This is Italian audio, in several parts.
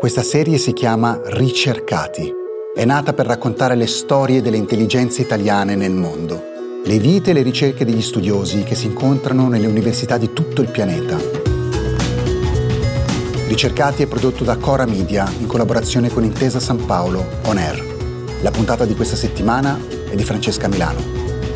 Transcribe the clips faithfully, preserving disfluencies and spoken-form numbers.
Questa serie si chiama Ricercati. È nata per raccontare le storie delle intelligenze italiane nel mondo, le vite e le ricerche degli studiosi che si incontrano nelle università di tutto il pianeta. Ricercati è prodotto da Cora Media in collaborazione con Intesa San Paolo On Air. La puntata di questa settimana è di Francesca Milano.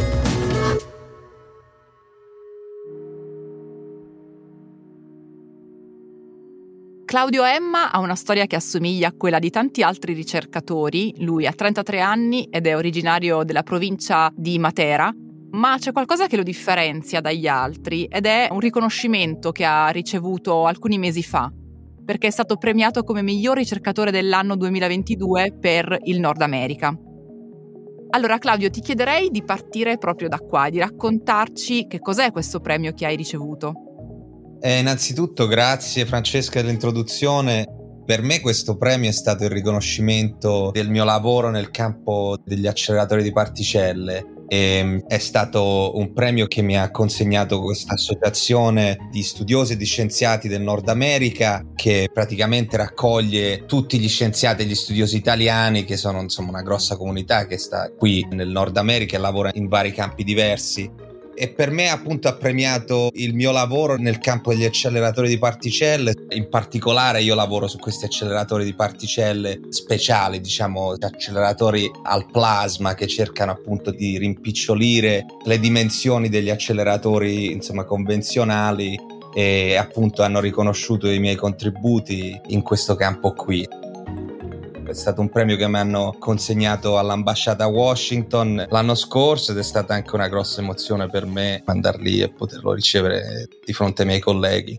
Claudio Emma ha una storia che assomiglia a quella di tanti altri ricercatori. Lui ha trentatré anni ed è originario della provincia di Matera, ma c'è qualcosa che lo differenzia dagli altri ed è un riconoscimento che ha ricevuto alcuni mesi fa, perché è stato premiato come miglior ricercatore dell'anno duemilaventidue per il Nord America. Allora Claudio, ti chiederei di partire proprio da qua e di raccontarci che cos'è questo premio che hai ricevuto. Eh, innanzitutto grazie Francesca dell'introduzione. Per me questo premio è stato il riconoscimento del mio lavoro nel campo degli acceleratori di particelle. E è stato un premio che mi ha consegnato questa associazione di studiosi e di scienziati del Nord America, che praticamente raccoglie tutti gli scienziati e gli studiosi italiani, che sono insomma una grossa comunità che sta qui nel Nord America e lavora in vari campi diversi. E per me appunto ha premiato il mio lavoro nel campo degli acceleratori di particelle. In particolare io lavoro su questi acceleratori di particelle speciali, diciamo acceleratori al plasma, che cercano appunto di rimpicciolire le dimensioni degli acceleratori insomma convenzionali, e appunto hanno riconosciuto i miei contributi in questo campo qui. È stato un premio che mi hanno consegnato all'ambasciata a Washington l'anno scorso ed è stata anche una grossa emozione per me andare lì e poterlo ricevere di fronte ai miei colleghi.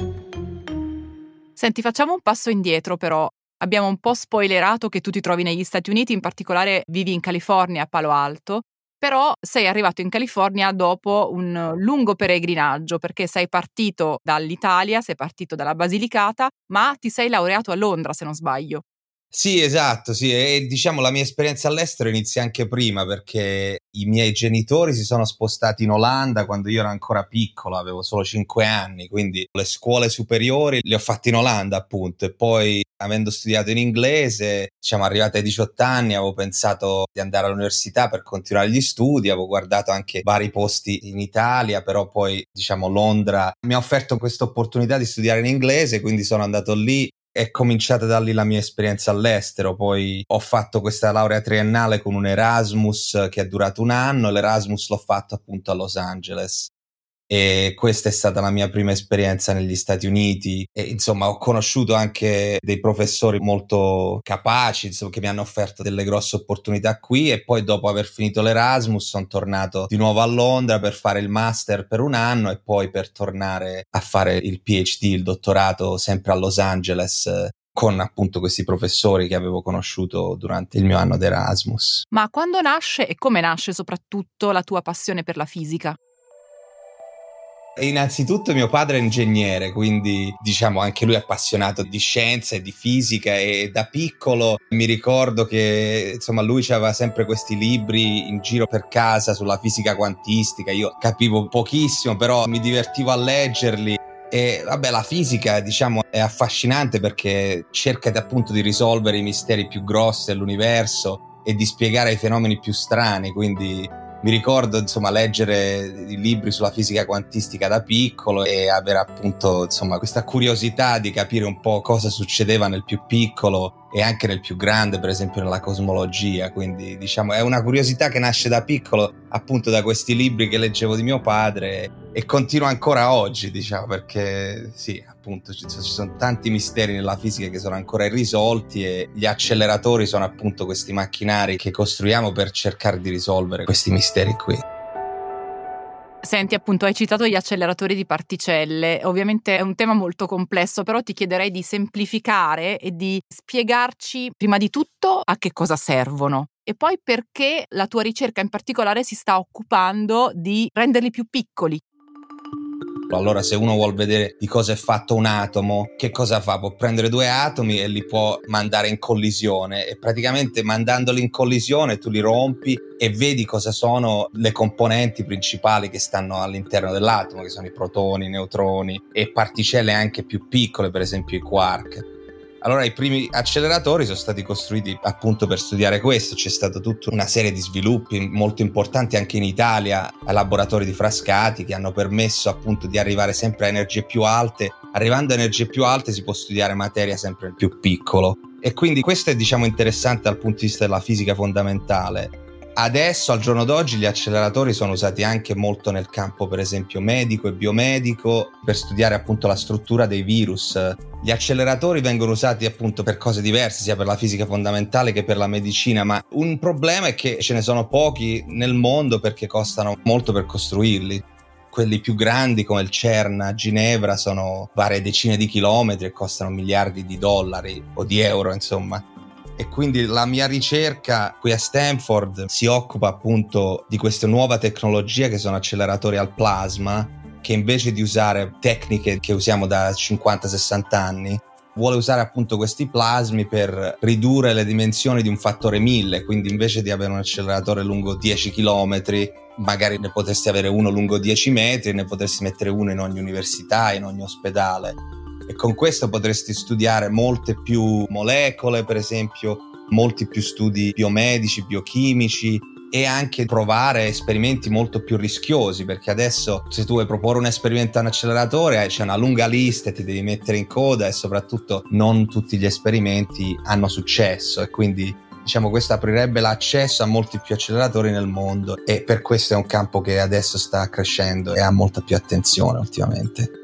Senti, facciamo un passo indietro però. Abbiamo un po' spoilerato che tu ti trovi negli Stati Uniti, in particolare vivi in California, a Palo Alto, però sei arrivato in California dopo un lungo peregrinaggio, perché sei partito dall'Italia, sei partito dalla Basilicata, ma ti sei laureato a Londra, se non sbaglio. Sì, esatto, sì, e diciamo la mia esperienza all'estero inizia anche prima, perché i miei genitori si sono spostati in Olanda quando io ero ancora piccolo, avevo solo cinque anni, quindi le scuole superiori le ho fatte in Olanda appunto, e poi avendo studiato in inglese, diciamo arrivati ai diciotto anni, avevo pensato di andare all'università per continuare gli studi, avevo guardato anche vari posti in Italia, però poi diciamo Londra mi ha offerto questa opportunità di studiare in inglese, quindi sono andato lì. È cominciata da lì la mia esperienza all'estero, poi ho fatto questa laurea triennale con un Erasmus che è durato un anno, l'Erasmus l'ho fatto appunto a Los Angeles e questa è stata la mia prima esperienza negli Stati Uniti e insomma ho conosciuto anche dei professori molto capaci, insomma, che mi hanno offerto delle grosse opportunità qui, e poi dopo aver finito l'Erasmus sono tornato di nuovo a Londra per fare il master per un anno e poi per tornare a fare il PhD, il dottorato sempre a Los Angeles, con appunto questi professori che avevo conosciuto durante il mio anno d'Erasmus. Ma quando nasce e come nasce soprattutto la tua passione per la fisica? Innanzitutto mio padre è ingegnere, quindi diciamo anche lui è appassionato di scienza e di fisica, e da piccolo mi ricordo che insomma lui aveva sempre questi libri in giro per casa sulla fisica quantistica. Io capivo pochissimo, però mi divertivo a leggerli. E vabbè, la fisica diciamo è affascinante perché cerca appunto di risolvere i misteri più grossi dell'universo e di spiegare i fenomeni più strani, quindi mi ricordo insomma leggere i libri sulla fisica quantistica da piccolo e avere appunto insomma questa curiosità di capire un po' cosa succedeva nel più piccolo e anche nel più grande, per esempio nella cosmologia. Quindi diciamo è una curiosità che nasce da piccolo, appunto da questi libri che leggevo di mio padre, e continua ancora oggi, diciamo, perché sì, appunto ci sono, ci sono tanti misteri nella fisica che sono ancora irrisolti e gli acceleratori sono appunto questi macchinari che costruiamo per cercare di risolvere questi misteri qui. Senti, appunto, hai citato gli acceleratori di particelle. Ovviamente è un tema molto complesso, però ti chiederei di semplificare e di spiegarci prima di tutto a che cosa servono e poi perché la tua ricerca in particolare si sta occupando di renderli più piccoli. Allora, se uno vuol vedere di cosa è fatto un atomo, che cosa fa? Può prendere due atomi e li può mandare in collisione, e praticamente mandandoli in collisione tu li rompi e vedi cosa sono le componenti principali che stanno all'interno dell'atomo, che sono i protoni, i neutroni e particelle anche più piccole, per esempio i quark. Allora i primi acceleratori sono stati costruiti appunto per studiare questo, c'è stata tutta una serie di sviluppi molto importanti anche in Italia, ai laboratori di Frascati, che hanno permesso appunto di arrivare sempre a energie più alte. Arrivando a energie più alte si può studiare materia sempre più piccolo, e quindi questo è diciamo interessante dal punto di vista della fisica fondamentale. Adesso, al giorno d'oggi, gli acceleratori sono usati anche molto nel campo, per esempio, medico e biomedico, per studiare appunto la struttura dei virus. Gli acceleratori vengono usati appunto per cose diverse, sia per la fisica fondamentale che per la medicina, ma un problema è che ce ne sono pochi nel mondo perché costano molto per costruirli. Quelli più grandi, come il CERN a Ginevra, sono varie decine di chilometri e costano miliardi di dollari o di euro, insomma. E quindi la mia ricerca qui a Stanford si occupa appunto di questa nuova tecnologia che sono acceleratori al plasma, che invece di usare tecniche che usiamo da cinquanta sessanta anni, vuole usare appunto questi plasmi per ridurre le dimensioni di un fattore mille. Quindi invece di avere un acceleratore lungo dieci chilometri, magari ne potresti avere uno lungo dieci metri e ne potresti mettere uno in ogni università, in ogni ospedale. E con questo potresti studiare molte più molecole, per esempio, molti più studi biomedici, biochimici, e anche provare esperimenti molto più rischiosi, perché adesso se tu vuoi proporre un esperimento a un acceleratore c'è una lunga lista e ti devi mettere in coda, e soprattutto non tutti gli esperimenti hanno successo, e quindi diciamo questo aprirebbe l'accesso a molti più acceleratori nel mondo, e per questo è un campo che adesso sta crescendo e ha molta più attenzione ultimamente.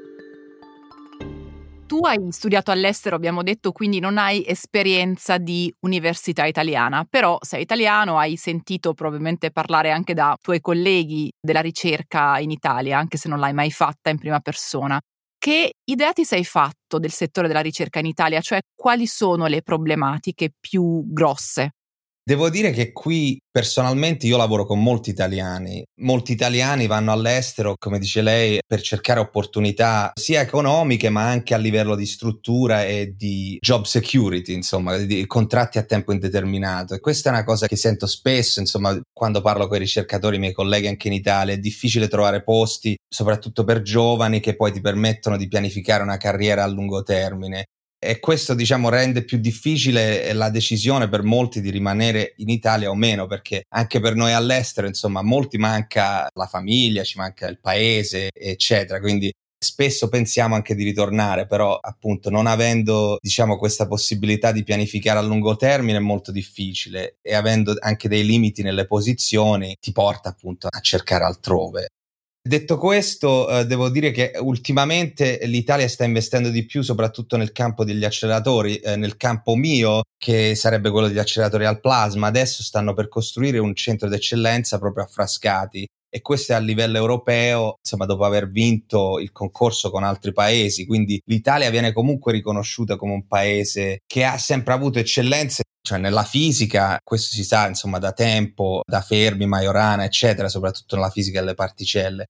Tu hai studiato all'estero, abbiamo detto, quindi non hai esperienza di università italiana, però sei italiano, hai sentito probabilmente parlare anche da tuoi colleghi della ricerca in Italia, anche se non l'hai mai fatta in prima persona. Che idea ti sei fatto del settore della ricerca in Italia? Cioè, quali sono le problematiche più grosse? Devo dire che qui personalmente io lavoro con molti italiani. Molti italiani vanno all'estero, come dice lei, per cercare opportunità sia economiche ma anche a livello di struttura e di job security, insomma, di contratti a tempo indeterminato. E questa è una cosa che sento spesso, insomma, quando parlo con i ricercatori, i miei colleghi anche in Italia. È difficile trovare posti, soprattutto per giovani, che poi ti permettono di pianificare una carriera a lungo termine. E questo, diciamo, rende più difficile la decisione per molti di rimanere in Italia o meno, perché anche per noi all'estero, insomma, a molti manca la famiglia, ci manca il paese, eccetera. Quindi spesso pensiamo anche di ritornare, però appunto non avendo, diciamo, questa possibilità di pianificare a lungo termine è molto difficile, e avendo anche dei limiti nelle posizioni ti porta appunto a cercare altrove. Detto questo, eh, devo dire che ultimamente l'Italia sta investendo di più soprattutto nel campo degli acceleratori, eh, nel campo mio, che sarebbe quello degli acceleratori al plasma. Adesso stanno per costruire un centro d'eccellenza proprio a Frascati, e questo è a livello europeo, insomma, dopo aver vinto il concorso con altri paesi. Quindi l'Italia viene comunque riconosciuta come un paese che ha sempre avuto eccellenze, cioè nella fisica, questo si sa insomma da tempo, da Fermi, Majorana eccetera, soprattutto nella fisica delle particelle.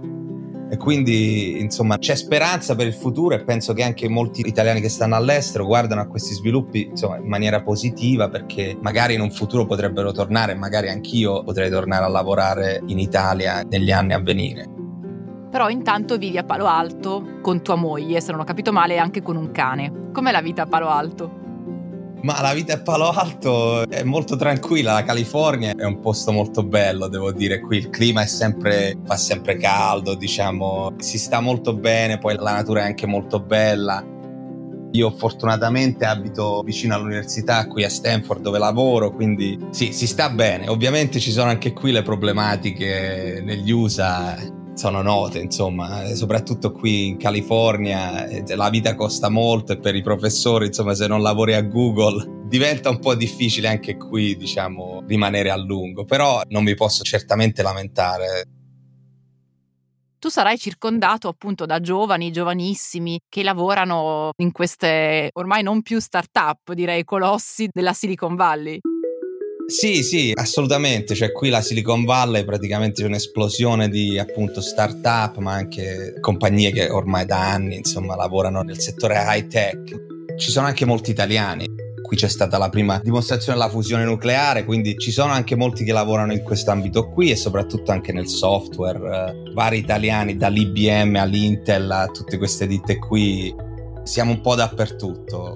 E quindi insomma c'è speranza per il futuro, e penso che anche molti italiani che stanno all'estero guardano a questi sviluppi insomma in maniera positiva, perché magari in un futuro potrebbero tornare, magari anch'io potrei tornare a lavorare in Italia negli anni a venire. Però intanto vivi a Palo Alto con tua moglie, se non ho capito male, anche con un cane. Com'è la vita a Palo Alto? Ma la vita a Palo Alto è molto tranquilla. La California è un posto molto bello, devo dire. Qui il clima è sempre, fa sempre caldo, diciamo, si sta molto bene, poi la natura è anche molto bella. Io fortunatamente abito vicino all'università qui a Stanford dove lavoro, quindi sì, si sta bene. Ovviamente ci sono anche qui le problematiche negli U S A, sono note, insomma, soprattutto qui in California la vita costa molto, e per i professori, insomma, se non lavori a Google diventa un po' difficile anche qui, diciamo, rimanere a lungo, però non mi posso certamente lamentare. Tu sarai circondato appunto da giovani, giovanissimi, che lavorano in queste ormai non più start-up, direi colossi della Silicon Valley. Sì, sì, assolutamente. Cioè qui la Silicon Valley praticamente c'è un'esplosione di appunto start-up, ma anche compagnie che ormai da anni insomma lavorano nel settore high tech. Ci sono anche molti italiani. Qui c'è stata la prima dimostrazione della fusione nucleare, quindi ci sono anche molti che lavorano in questo ambito qui, e soprattutto anche nel software. Eh, vari italiani, dall'I B M all'Intel, a tutte queste ditte qui. Siamo un po' dappertutto.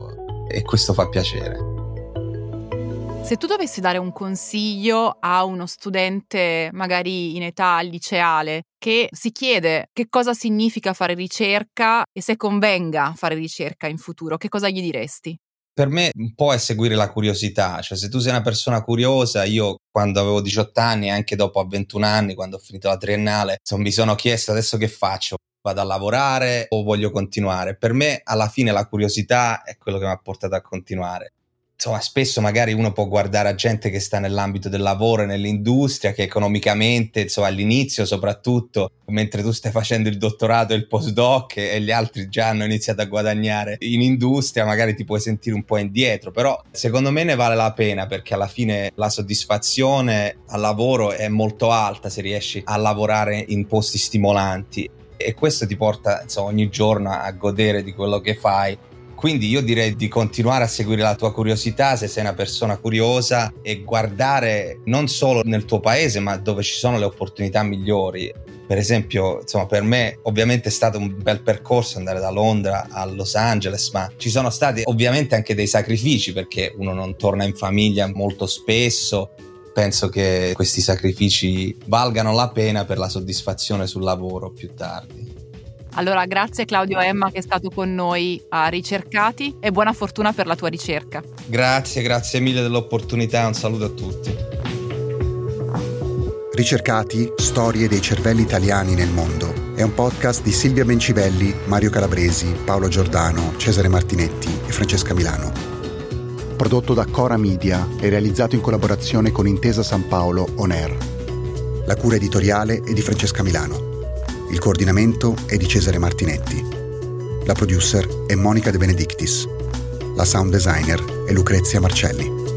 e questo fa piacere. Se tu dovessi dare un consiglio a uno studente magari in età liceale che si chiede che cosa significa fare ricerca e se convenga fare ricerca in futuro, che cosa gli diresti? Per me un po' è seguire la curiosità, cioè se tu sei una persona curiosa, io quando avevo diciotto anni, anche dopo a ventuno anni, quando ho finito la triennale, insomma, mi sono chiesto adesso che faccio? Vado a lavorare o voglio continuare? Per me alla fine la curiosità è quello che mi ha portato a continuare. Insomma, spesso magari uno può guardare a gente che sta nell'ambito del lavoro e nell'industria, che economicamente, insomma, all'inizio soprattutto, mentre tu stai facendo il dottorato e il postdoc e gli altri già hanno iniziato a guadagnare in industria, magari ti puoi sentire un po' indietro, però secondo me ne vale la pena, perché alla fine la soddisfazione al lavoro è molto alta se riesci a lavorare in posti stimolanti, e questo ti porta, insomma, ogni giorno a godere di quello che fai. Quindi io direi di continuare a seguire la tua curiosità se sei una persona curiosa e guardare non solo nel tuo paese ma dove ci sono le opportunità migliori. Per esempio, insomma, per me ovviamente è stato un bel percorso andare da Londra a Los Angeles, ma ci sono stati ovviamente anche dei sacrifici perché uno non torna in famiglia molto spesso. Penso che questi sacrifici valgano la pena per la soddisfazione sul lavoro più tardi. Allora, grazie Claudio Emma che è stato con noi a Ricercati e buona fortuna per la tua ricerca. Grazie, grazie mille dell'opportunità, un saluto a tutti. Ricercati, storie dei cervelli italiani nel mondo è un podcast di Silvia Bencivelli, Mario Calabresi, Paolo Giordano, Cesare Martinetti e Francesca Milano. Prodotto da Cora Media e realizzato in collaborazione con Intesa San Paolo On Air. La cura editoriale è di Francesca Milano. Il coordinamento è di Cesare Martinetti. La producer è Monica De Benedictis. La sound designer è Lucrezia Marcelli.